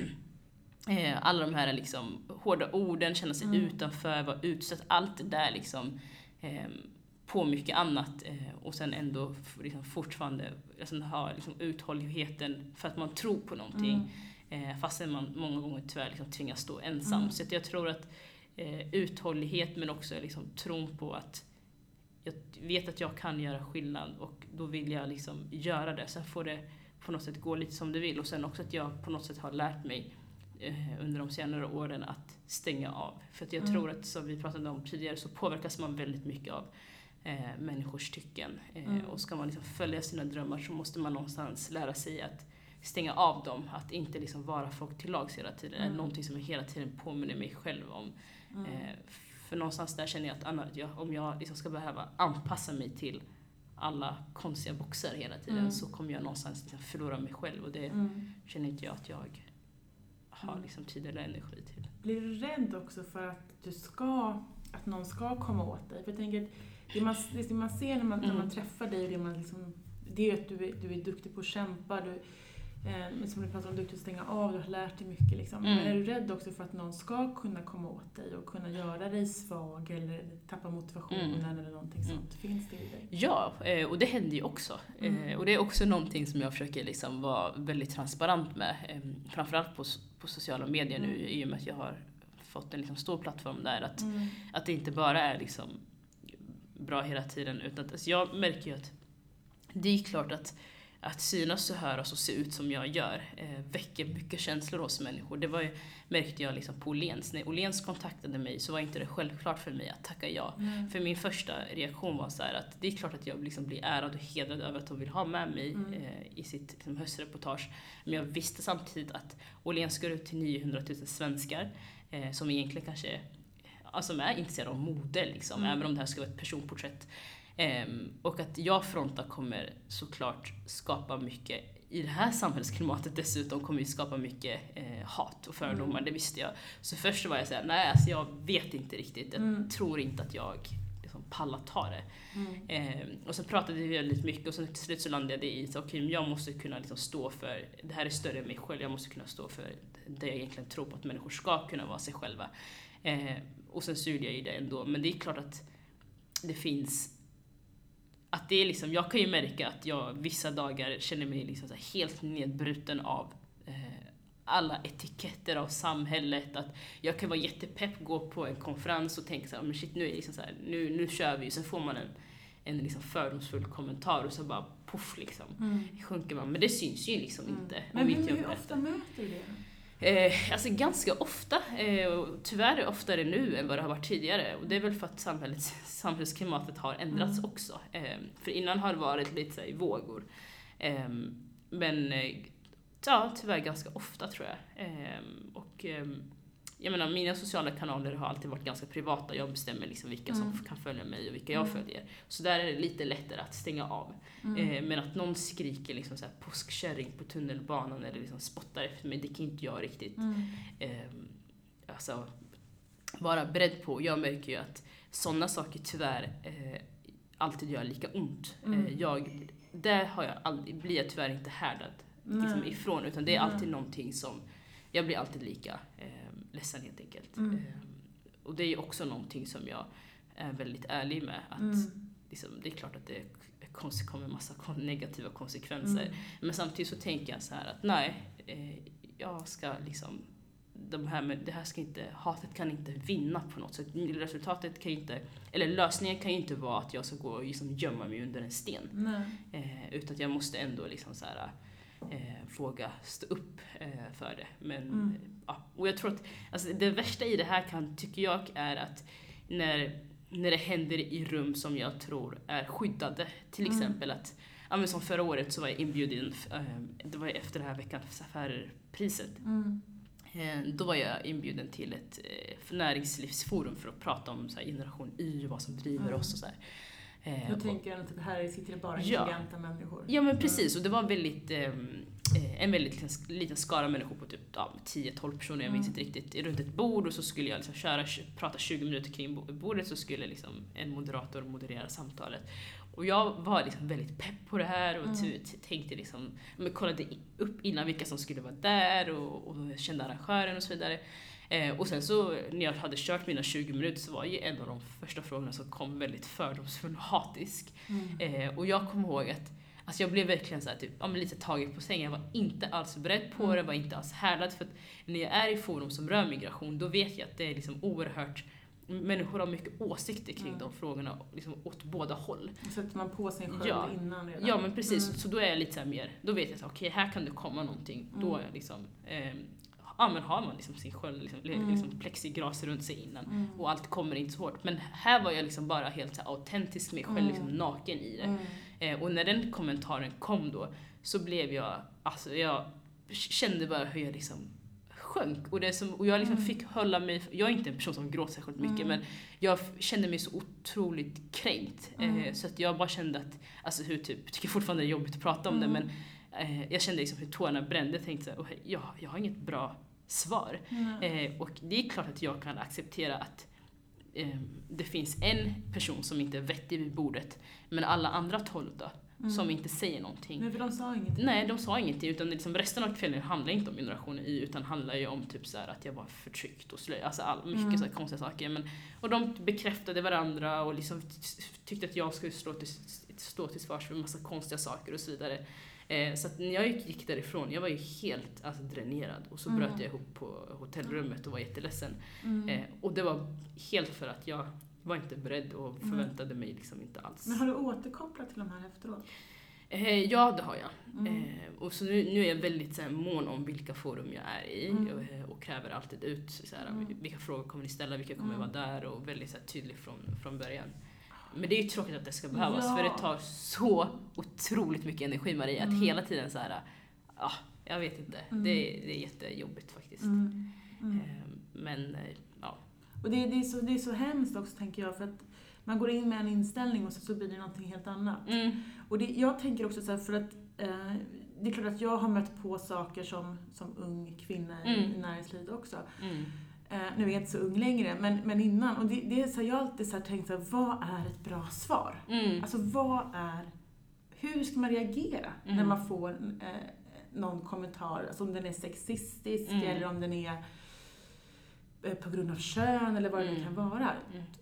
alla de här liksom hårda orden, känna sig mm. utanför, vara utsatt, allt det där liksom eh, på mycket annat eh, och sen ändå liksom fortfarande liksom, ha liksom, uthålligheten för att man tror på någonting mm. eh, fastän man många gånger tyvärr liksom, tvingas stå ensam. Mm. Så att jag tror att eh, uthållighet, men också liksom, tron på att jag vet att jag kan göra skillnad och då vill jag liksom, göra det. Sen får det på något sätt gå lite som det vill, och sen också att jag på något sätt har lärt mig eh, under de senare åren att stänga av. För att jag mm. tror att, som vi pratade om tidigare, så påverkas man väldigt mycket av Eh, människors tycken. Eh, mm. Och ska man liksom följa sina drömmar så måste man någonstans lära sig att stänga av dem. Att inte liksom vara folk till lags hela tiden. Mm. Det är någonting som jag hela tiden påminner mig själv om. Mm. Eh, för någonstans där känner jag att annars, jag, om jag liksom ska behöva anpassa mig till alla konstiga boxar hela tiden mm. så kommer jag någonstans liksom förlora mig själv. Och det mm. känner inte jag att jag har liksom tid eller energi till. Blir du rädd också för att du ska, att någon ska komma åt dig? För jag tänker att det, man, det man ser när man, Mm. när man träffar dig, och det, man liksom, det är att du är, du är duktig på att kämpa, du, eh, som du pratar om, duktig att stänga av, du har lärt dig mycket. Liksom. Mm. Men är du rädd också för att någon ska kunna komma åt dig och kunna göra dig svag eller tappa motivationen Mm. eller någonting Mm. sånt? Finns det i dig? Ja, eh, och det händer ju också. Mm. Eh, Och det är också någonting som jag försöker liksom vara väldigt transparent med. eh, Framförallt på, på sociala medier nu, Mm. i och med att jag har fått en liksom stor plattform där. Att, Mm. att det inte bara är liksom bra hela tiden, utan att, alltså jag märker ju att det är klart att att synas och höras och se ut som jag gör eh, väcker mycket känslor hos människor. Det var ju, märkte jag liksom på Åhléns. När Åhléns kontaktade mig så var inte det självklart för mig att tacka ja. Mm. För min första reaktion var så här att det är klart att jag liksom blir ärad och hedrad över att de vill ha med mig Mm. eh, i sitt liksom, höstreportage. Men jag visste samtidigt att Åhléns går ut till niohundratusen svenskar eh, som egentligen kanske alltså, är intresserade av mode, liksom, Mm. även om det här ska vara ett personporträtt. Um, och att jag frontar kommer såklart skapa mycket, i det här samhällsklimatet dessutom kommer vi skapa mycket eh, hat och fördomar, Mm. det visste jag. Så först var jag såhär, nej alltså jag vet inte riktigt, jag Mm. tror inte att jag liksom pallar ta det. Mm. Um, och så pratade vi väldigt mycket och sen till slut så landade jag i att okay, jag måste kunna liksom stå för, det här är större än mig själv, jag måste kunna stå för det jag egentligen tror på, att människor ska kunna vara sig själva. Uh, och sen så gjorde jag ju det ändå, men det är klart att det finns att det är liksom, jag kan ju märka att jag vissa dagar känner mig liksom så här helt nedbruten av eh, alla etiketter av samhället. Att jag kan vara jättepepp, gå på en konferens och tänka så här, men shit, nu är det liksom så här, nu, nu kör vi. Sen får man en, en liksom fördomsfull kommentar och så bara puff liksom, Mm. sjunker man. Men det syns ju liksom Mm. inte. Men om hur, inte jag hur berättar. ofta möter du det? Eh, alltså ganska ofta, eh, och tyvärr oftare nu än vad det har varit tidigare. Och det är väl för att samhället, samhällsklimatet har ändrats Mm. också. Eh, för innan har det varit lite så här i vågor. Eh, men eh, ja, tyvärr ganska ofta tror jag. Eh, och eh, jag menar, mina sociala kanaler har alltid varit ganska privata. Jag bestämmer liksom vilka som Mm. kan följa mig och vilka jag Mm. följer. Så där är det lite lättare att stänga av. Mm. Eh, men att någon skriker liksom så här påskkärring på tunnelbanan eller liksom spottar efter mig, det kan inte jag riktigt Mm. eh, alltså, vara beredd på. Jag märker ju att sådana saker tyvärr eh, alltid gör lika ont. Mm. Eh, jag, där har jag aldrig, blir jag tyvärr inte härdad liksom, Nej. ifrån, utan det är Nej. alltid någonting som, jag blir alltid lika eh, ledsen helt enkelt. Mm. Eh, och det är ju också någonting som jag är väldigt ärlig med. Att Mm. liksom, det är klart att det konse- kommer en massa kon- negativa konsekvenser. Mm. Men samtidigt så tänker jag så här att nej, eh, jag ska liksom, de här, med, det här ska inte, hatet kan inte vinna på något sätt. Resultatet kan inte, eller lösningen kan ju inte vara att jag ska gå och liksom gömma mig under en sten. Nej. Eh, utan jag måste ändå liksom så här, eh, våga stå upp eh, för det. Men, Mm. ja, och jag tror att alltså, det värsta i det här kan, tycker jag, är att när, när det händer i rum som jag tror är skyddade. Till Mm. exempel att, ja, men som förra året så var jag inbjuden, eh, det var efter det här veckans affärer-priset. Mm. Eh, Då var jag inbjuden till ett eh, näringslivsforum för att prata om så här, generation Y och vad som driver Mm. oss och så här. Eh, Då och- tänker jag att det här sitter det bara Ja. intelligenta människor. Ja men precis, och det var väldigt, eh, en väldigt liten, liten skara människor på typ ja, tio tolv personer, jag minns Mm. inte riktigt, runt ett bord, och så skulle jag liksom köra, prata tjugo minuter kring bordet, så skulle liksom en moderator moderera samtalet. Och jag var liksom väldigt pepp på det här och Mm. t- t- tänkte liksom, men kollade i- upp innan vilka som skulle vara där och, och kände arrangören och så vidare. Eh, och sen så när jag hade kört mina tjugo minuter så var ju en av de första frågorna som kom väldigt fördomsfull och hatisk. Mm. Eh, och jag kommer ihåg att alltså jag blev verkligen så här, typ, ja, men lite taget på sängen. Jag var inte alls beredd på Mm. det, var inte alls härdad. För att när jag är i forum som rör migration, då vet jag att det är liksom oerhört, människor har mycket åsikter kring Mm. de frågorna liksom åt båda håll. Då sätter man på sig själv Ja. innan redan. Ja men precis, Mm. så då är jag lite så här mer, då vet jag att okej, här kan det komma någonting. Mm. Då är jag liksom, eh, ja men har man liksom sin sköld, liksom, Mm. liksom plexigras runt sig innan. Mm. Och allt kommer inte så hårt. Men här var jag liksom bara helt så här autentisk mig själv, Mm. liksom naken i det. Mm. Eh, och när den kommentaren kom då, så blev jag, alltså jag kände bara hur jag liksom sjönk. Och, det som, och jag liksom Mm. fick hålla mig, jag är inte en person som gråter särskilt mycket, Mm. men jag f- kände mig så otroligt kränkt. Mm. Eh, så att jag bara kände att, alltså hur typ, jag tycker fortfarande det är jobbigt att prata om Mm. det, men eh, jag kände liksom hur tårarna brände. Jag tänkte så här, "Åh, ja, jag har inget bra svar. Mm. Eh, och det är klart att jag kan acceptera att eh, det finns en person som inte är vettig vid bordet, men alla andra tolv då, mm. som inte säger någonting. Nej, för de sa ingenting. Nej, de sa ingenting, utan liksom resten av kvällen handlar inte om generationen Y, utan handlar ju om typ så här att jag var förtryckt och slöj, alltså all, mycket mm. så här konstiga saker. Men, och de bekräftade varandra och liksom tyckte att jag skulle stå till, stå till svars för en massa konstiga saker och så vidare. Eh, så att när jag gick, gick därifrån, jag var ju helt alltså, dränerad. Och så mm. bröt jag ihop på hotellrummet och var jätteledsen. Mm. Eh, och det var helt för att jag var inte beredd och förväntade mm. mig liksom inte alls. Men har du återkopplat till de här efteråt? Eh, ja, det har jag. Mm. Eh, och så nu, nu är jag väldigt så här, mån om vilka forum jag är i. Mm. Och, och kräver alltid ut så här, mm. vilka frågor kommer ni ställa, vilka kommer mm. vara där. Och väldigt så här, tydlig från, från början. Men det är ju tråkigt att det ska behövas, ja. För det tar så otroligt mycket energi, Maria, att mm. hela tiden så här, ja, jag vet inte, mm. det, är, det är jättejobbigt faktiskt. Mm. Mm. Men, ja. Och det, det, är så, det är så hemskt också, tänker jag, för att man går in med en inställning och så, så blir det någonting helt annat. Mm. Och det, jag tänker också så här, för att eh, det är klart att jag har mött på saker som, som ung kvinna mm. i näringslivet också. Mm. Uh, nu är jag inte så ung längre, men, men innan. Och det, det är så jag har alltid så här tänkt så här, vad är ett bra svar? Mm. Alltså vad är, hur ska man reagera mm. när man får uh, någon kommentar, alltså om den är sexistisk mm. eller om den är uh, på grund av kön eller vad mm. det kan vara.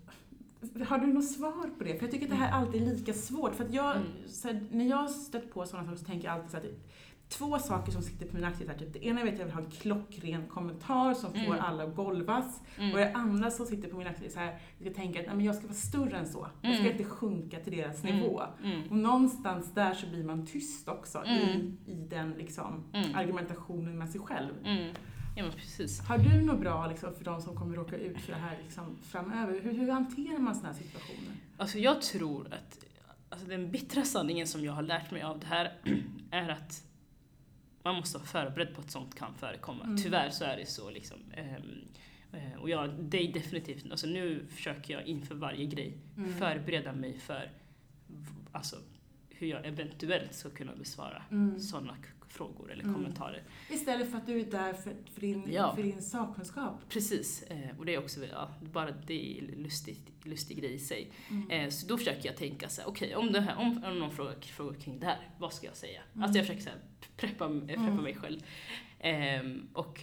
Mm. Har du något svar på det? För jag tycker att det här alltid är lika svårt. För att jag, mm. så här, när jag stött på sådana saker så tänker jag alltid så att två saker som sitter på min aktivitet här. Typ. Det ena vet jag att jag vill ha en klockren kommentar som får mm. alla att golvas. Mm. Och det andra som sitter på min aktivitet så här, jag ska tänka att nej, men jag ska vara större än så. Jag ska mm. inte sjunka till deras mm. nivå. Mm. Och någonstans där så blir man tyst också mm. i, i den liksom, mm. argumentationen med sig själv. Mm. Ja, men precis. Har du något bra liksom, för de som kommer råka ut för det här liksom, framöver? Hur, hur hanterar man sådana här situationer? Alltså jag tror att alltså, den bittra sanningen som jag har lärt mig av det här är att man måste vara förberedd på att sånt kan förekomma. Mm. Tyvärr så är det så liksom. Um, och ja, det är definitivt, alltså nu försöker jag inför varje grej mm. förbereda mig för alltså, hur jag eventuellt ska kunna besvara mm. sådana frågor eller mm. kommentarer. Istället för att du är där för, för, din, ja. för din sakkunskap. Precis, eh, och det är också ja, bara det är lustigt, lustig grej i sig. Mm. Eh, så då försöker jag tänka så här, okej, okay, om, det här, om, om någon frågar, frågar kring det här, vad ska jag säga? Mm. Alltså jag försöker så här, preppa, preppa mm. mig själv. Eh, och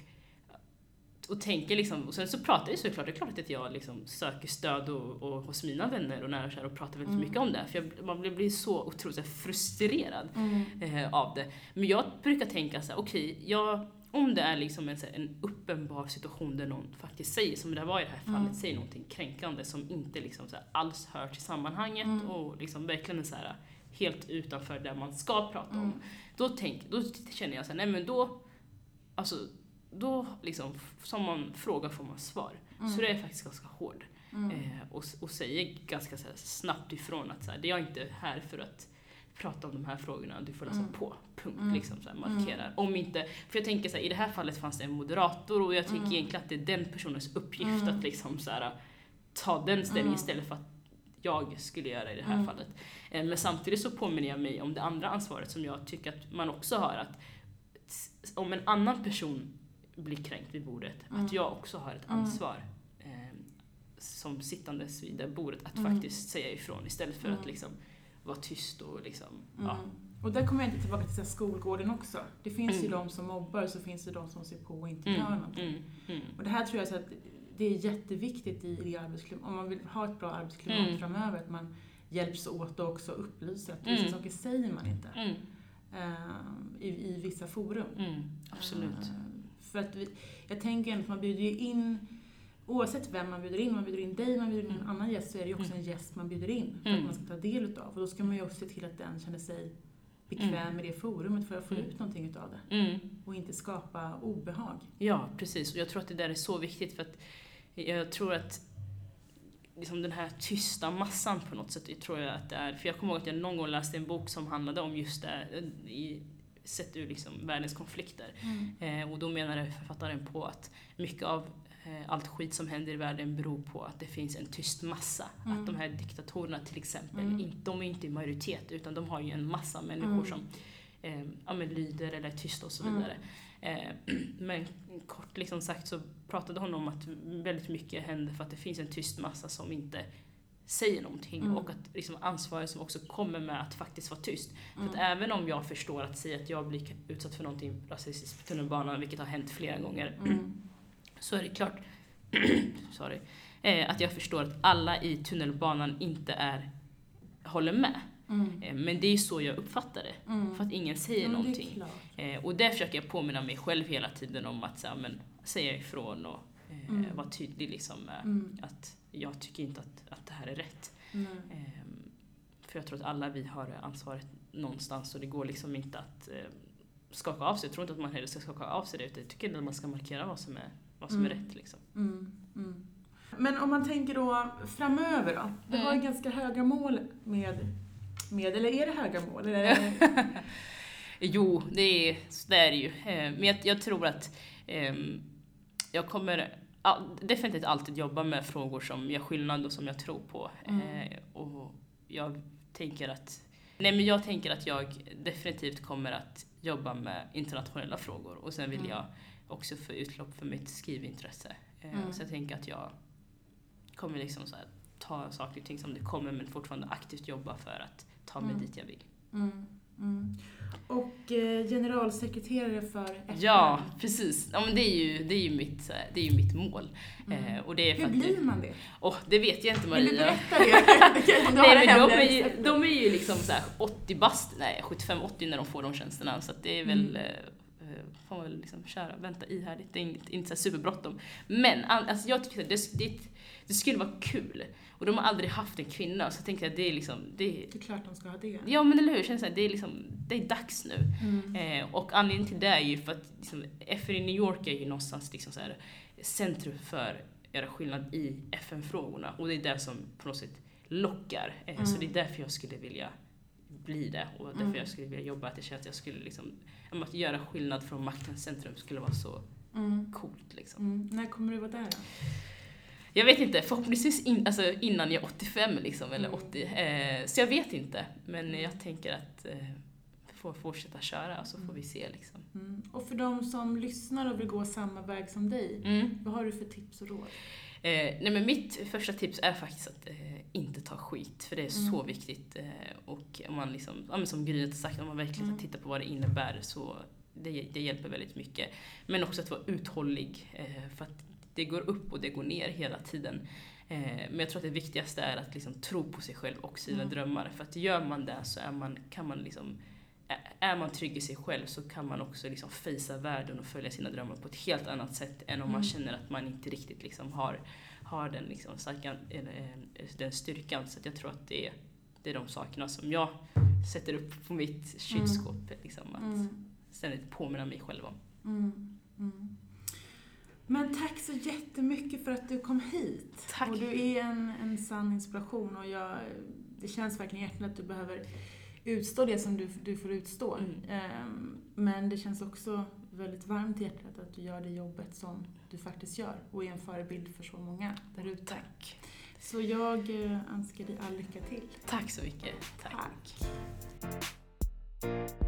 och tänker liksom, och sen så pratar jag såklart, det är klart att jag liksom söker stöd och, och hos mina vänner och nära och kära och pratar väldigt mm. mycket om det. För jag, man blir, blir så otroligt frustrerad mm. eh, av det. Men jag brukar tänka så här, okej, okay, jag, om det är liksom en, en uppenbar situation där någon faktiskt säger, som det var i det här fallet, mm. säger någonting kränkande som inte liksom så här alls hör till sammanhanget mm. och liksom verkligen så här helt utanför det man ska prata om. Mm. Då, tänk, då känner jag så här, nej men då, alltså då liksom, som man frågar får man svar. Mm. Så det är faktiskt ganska hård. Mm. Eh, och, och säger ganska så här, snabbt ifrån att så här, det är jag inte här för att prata om de här frågorna, du får läsa mm. på, punkt, mm. liksom så här, markerar. Mm. Om inte, för jag tänker så här, i det här fallet fanns det en moderator och jag tycker mm. egentligen att det är den personens uppgift mm. att liksom så här, ta den ställningen mm. istället för att jag skulle göra i det här mm. fallet. Eh, men samtidigt så påminner jag mig om det andra ansvaret som jag tycker att man också har, att om en annan person blir kränkt vid bordet, mm. att jag också har ett ansvar eh, som sittandes vid det bordet att mm. faktiskt säga ifrån istället för mm. att liksom vara tyst och liksom, mm. ja. Och där kommer jag inte tillbaka till skolgården också. Det finns mm. ju de som mobbar, så finns det de som ser på och inte mm. gör någonting. Mm. Mm. Och det här tror jag så att det är jätteviktigt i det arbetsklimat, om man vill ha ett bra arbetsklimat mm. framöver, att man hjälps åt och också upplyser att vissa mm. saker säger man inte mm. uh, i, i vissa forum. Mm. Absolut. Uh, För att vi, jag tänker att man bjuder ju in, oavsett vem man bjuder in, man bjuder in dig, man bjuder in en annan gäst, så är det ju också en gäst man bjuder in för mm. att man ska ta del utav. Och då ska man ju också se till att den känner sig bekväm mm. med det forumet för att få mm. ut någonting utav det. Mm. Och inte skapa obehag. Ja, precis. Och jag tror att det där är så viktigt, för att jag tror att liksom den här tysta massan på något sätt, tror jag att det är. För jag kommer ihåg att jag någon gång läste en bok som handlade om just det i sett ur liksom världens konflikter. Mm. Eh, och då menar författaren på att mycket av eh, allt skit som händer i världen beror på att det finns en tyst massa. Mm. Att de här diktatorerna till exempel, mm. in, de är inte i majoritet, utan de har ju en massa människor mm. som eh, ja, men lyder eller är tysta och så vidare. Eh, men kort liksom sagt så pratade hon om att väldigt mycket händer för att det finns en tyst massa som inte säger någonting mm. och att liksom ansvaret som också kommer med att faktiskt vara tyst. Mm. För att även om jag förstår att säga att jag blir utsatt för någonting rasistiskt på tunnelbanan, vilket har hänt flera gånger, mm. så är det klart sorry, eh, att jag förstår att alla i tunnelbanan inte är håller med. Mm. Eh, men det är så jag uppfattar det. Mm. För att ingen säger mm, någonting. Eh, och där försöker jag påminna mig själv hela tiden om att så här, men, säga ifrån och eh, mm. vara tydlig liksom, eh, mm. att jag tycker inte att, att det här är rätt. Mm. Eh, för jag tror att alla vi har ansvaret någonstans och det går liksom inte att eh, skaka av sig. Jag tror inte att man heller ska skaka av sig det, utan jag tycker att man ska markera vad som är, vad som mm. är rätt. Liksom. Mm. Mm. Men om man tänker då framöver då? Du mm. har ganska höga mål med, med eller är det höga mål? Eller är det... jo, det är, det är det ju. Men jag, jag tror att eh, jag kommer definitivt alltid jobba med frågor som gör skillnad och som jag tror på. Mm. Eh, och jag tänker att nej men jag tänker att jag definitivt kommer att jobba med internationella frågor och sen vill mm. jag också få utlopp för mitt skrivintresse. Eh, mm. Så jag tänker att jag kommer liksom så här, ta saker och ting som det kommer men fortfarande aktivt jobba för att ta mig mm. dit jag vill. Mm. Mm. Och eh, generalsekreterare för F N. Ja, precis. Ja, men det är ju, det är ju, mitt, det är ju mitt mål. Mm. Eh, och det är Hur blir man det? Oh, det vet jag inte, Maria. Men du berättar det. Nej, men de, är ju, de är ju liksom så här åttio bast, nej sjuttiofem åttio när de får de tjänsterna. Så att det är väl... Mm. Får man väl liksom köra, vänta ihärdigt. Det är inte, inte så superbråttom. Men alltså, jag tycker att det, det, det skulle vara kul. Och de har aldrig haft en kvinna. Så jag tänkte att det är liksom... Det, det är klart de ska ha det. Ja, men eller hur? Känns det, det, är liksom, det är dags nu. Mm. Eh, och anledningen till det är ju för att liksom, F N i New York är ju någonstans liksom så här, centrum för att göra skillnad i F N-frågorna. Och det är det som på något sätt lockar. Eh, mm. Så det är därför jag skulle vilja bli det. Och därför mm. jag skulle vilja jobba. Att jag känner att jag skulle liksom... Att göra skillnad från maktens centrum skulle vara så mm. coolt. Liksom. Mm. När kommer du vara där då? Jag vet inte, förhoppningsvis in, alltså innan jag är åttiofem liksom, eller mm. åttio. Eh, så jag vet inte, men jag tänker att eh, få fortsätta köra och så får vi se. Liksom. Mm. Och för de som lyssnar och vill gå samma väg som dig, mm. vad har du för tips och råd? Eh, nej men mitt första tips är faktiskt att eh, inte ta skit, för det är mm. så viktigt. Eh, och om man liksom, ja, men som Gry har sagt, om man verkligen mm. tittar på vad det innebär så det, det hjälper väldigt mycket. Men också att vara uthållig, eh, för att det går upp och det går ner hela tiden. Eh, men jag tror att det viktigaste är att liksom tro på sig själv och sina mm. drömmar. För att gör man det så är man, kan man liksom, är man trygg i sig själv så kan man också liksom fejsa världen och följa sina drömmar på ett helt annat sätt än om mm. man känner att man inte riktigt liksom har, har den, liksom starka, den styrkan. Så att jag tror att det är, det är de sakerna som jag sätter upp på mitt kylskåp. Mm. Liksom, att mm. ständigt påminna mig själv om. Mm. Mm. Men tack så jättemycket för att du kom hit. Tack. Och du är en, en sann inspiration och jag, det känns verkligen hjärtligt att du behöver utstå det som du, du får utstå. Mm. Um, men det känns också väldigt varmt i hjärtat att du gör det jobbet som du faktiskt gör och är en förebild för så många där ute. Tack. Så jag uh, önskar dig all lycka till. Tack så mycket. Tack. Tack.